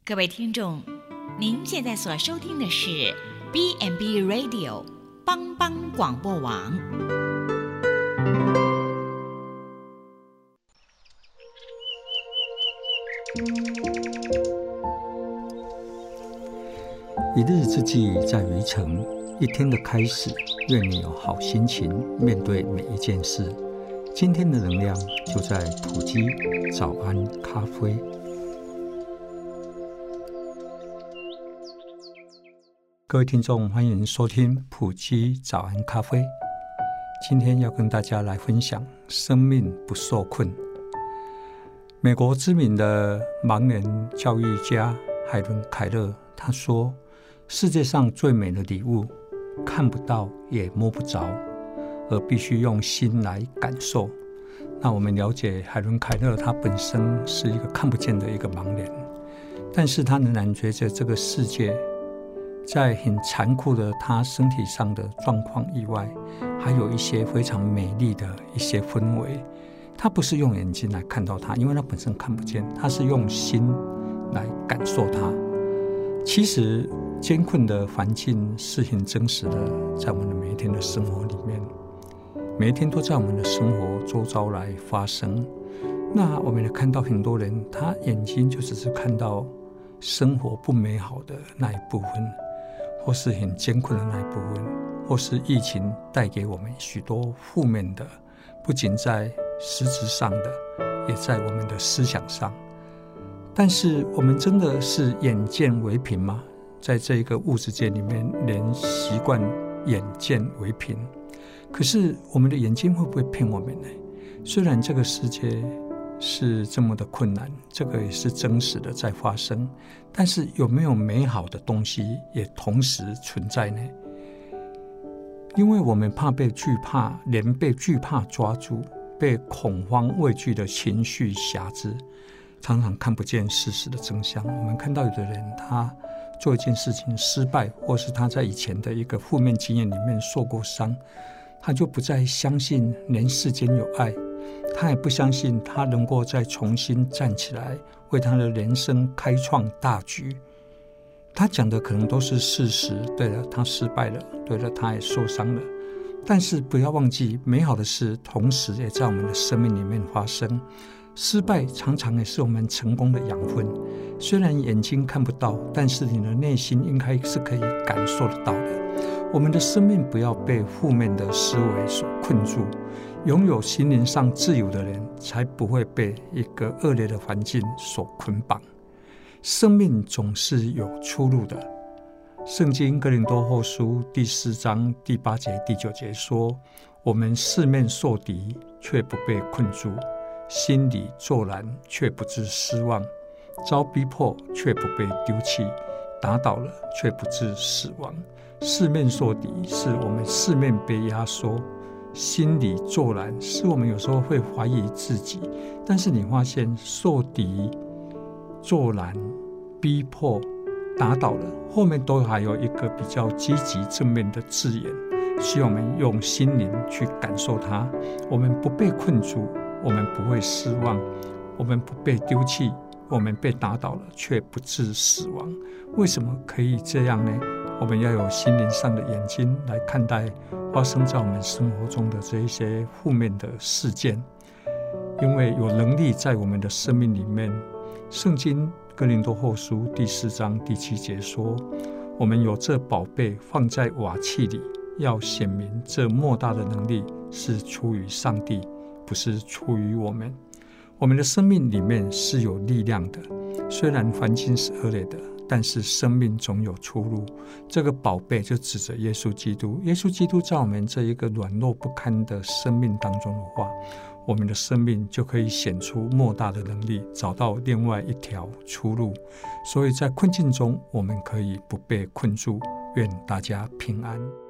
各位听众，您现在所收听的是 B&B Radio 帮帮广播网。 一日之计在于晨，一天的开始，愿你有好心情面对每一件事。今天的能量就在埔基早安咖啡。各位听众，欢迎收听埔基早安咖啡。今天要跟大家来分享生命不受困。美国知名的盲人教育家海伦·凯勒他说，世界上最美的礼物看不到也摸不着，而必须用心来感受。那我们了解海伦·凯勒他本身是一个看不见的一个盲人，但是他仍然觉得这个世界在很残酷的他身体上的状况以外，还有一些非常美丽的一些氛围。他不是用眼睛来看到它，因为他本身看不见，他是用心来感受它。其实艰困的环境是很真实的，在我们的每一天的生活里面，每一天都在我们的生活周遭来发生。那我们也看到很多人，他眼睛就只是看到生活不美好的那一部分，或是很艰困的那一部分，或是疫情带给我们许多负面的，不仅在实质上的，也在我们的思想上。但是我们真的是眼见为凭吗？在这个物质界里面，连习惯眼见为凭。可是我们的眼睛会不会骗我们呢？虽然这个世界是这么的困难，这个也是真实的在发生，但是有没有美好的东西也同时存在呢？因为我们怕被惧怕，连被惧怕抓住，被恐慌畏惧的情绪辖制，常常看不见事实的真相。我们看到有的人他做一件事情失败，或是他在以前的一个负面经验里面受过伤，他就不再相信人世间有爱，他也不相信他能够再重新站起来为他的人生开创大局。他讲的可能都是事实，对了，他失败了，对了，他也受伤了。但是不要忘记，美好的事同时也在我们的生命里面发生。失败常常也是我们成功的养分，虽然眼睛看不到，但是你的内心应该是可以感受得到的。我们的生命不要被负面的思维所困住，拥有心灵上自由的人才不会被一个恶劣的环境所捆绑。生命总是有出路的。圣经哥林多后书第4章第8节第9节说，我们四面受敌，却不被困住，心里作难，却不致失望，遭逼迫，却不被丢弃，打倒了，却不致死亡。四面受敌是我们四面被压缩，心里作难是我们有时候会怀疑自己，但是你发现受敌、作难、逼迫、打倒了，后面都还有一个比较积极正面的字眼，希望我们用心灵去感受它。我们不被困住，我们不会失望，我们不被丢弃，我们被打倒了却不致死亡。为什么可以这样呢？我们要有心灵上的眼睛来看待发生在我们生活中的这一些负面的事件，因为有能力在我们的生命里面。圣经哥林多后书第4章第7节说，我们有这宝贝放在瓦器里，要显明这莫大的能力是出于上帝，不是出于我们。我们的生命里面是有力量的，虽然环境是恶劣的，但是生命总有出路。这个宝贝就指着耶稣基督，耶稣基督在我们这一个软弱不堪的生命当中的话，我们的生命就可以显出莫大的能力，找到另外一条出路。所以在困境中，我们可以不被困住。愿大家平安。